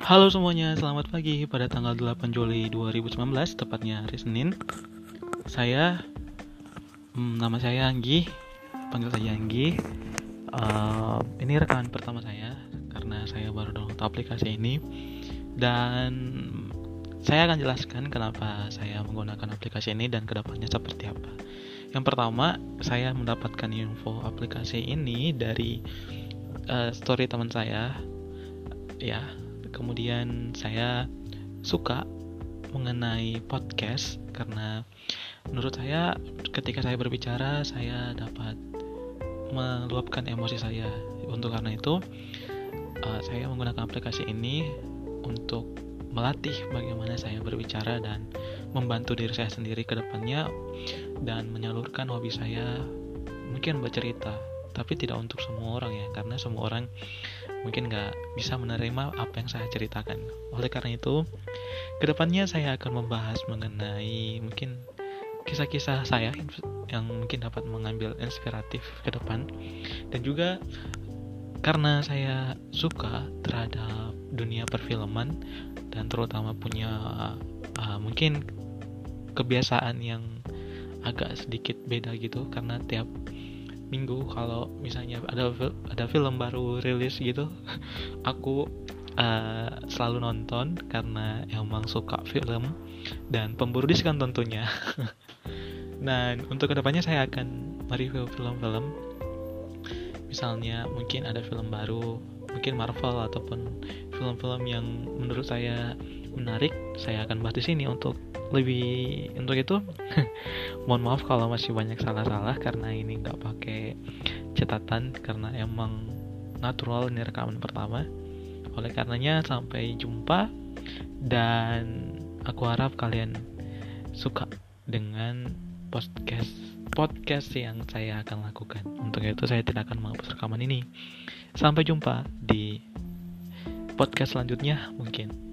Halo semuanya, selamat pagi pada tanggal 8 Juli 2019, tepatnya hari Senin. Nama saya Anggi, panggil saja Anggi. Ini rekaman pertama saya, karena saya baru download aplikasi ini. Dan saya akan jelaskan kenapa saya menggunakan aplikasi ini dan kedepannya seperti apa. Yang pertama, saya mendapatkan info aplikasi ini dari story teman saya, ya. Kemudian saya suka mengenai podcast karena menurut saya ketika saya berbicara saya dapat meluapkan emosi saya. Untuk karena itu saya menggunakan aplikasi ini untuk melatih bagaimana saya berbicara dan membantu diri saya sendiri ke depannya dan menyalurkan hobi saya, mungkin bercerita, tapi tidak untuk semua orang ya, karena semua orang mungkin nggak bisa menerima apa yang saya ceritakan. Oleh karena itu, kedepannya saya akan membahas mengenai mungkin kisah-kisah saya yang mungkin dapat mengambil inspiratif ke depan. Dan juga karena saya suka terhadap dunia perfilman dan terutama punya mungkin kebiasaan yang agak sedikit beda gitu, karena tiap minggu kalau misalnya ada film baru rilis gitu aku selalu nonton karena emang suka film dan pemburu diskon tentunya. Dan untuk kedepannya saya akan mereview film-film, misalnya mungkin ada film baru, mungkin Marvel ataupun film-film yang menurut saya menarik, saya akan bahas di sini. Untuk itu mohon maaf kalau masih banyak salah-salah karena ini nggak pakai catatan, karena emang natural ini rekaman pertama. Oleh karenanya sampai jumpa, dan aku harap kalian suka dengan podcast yang saya akan lakukan. Untuk itu saya tidak akan menghapus rekaman ini. Sampai jumpa di podcast selanjutnya mungkin.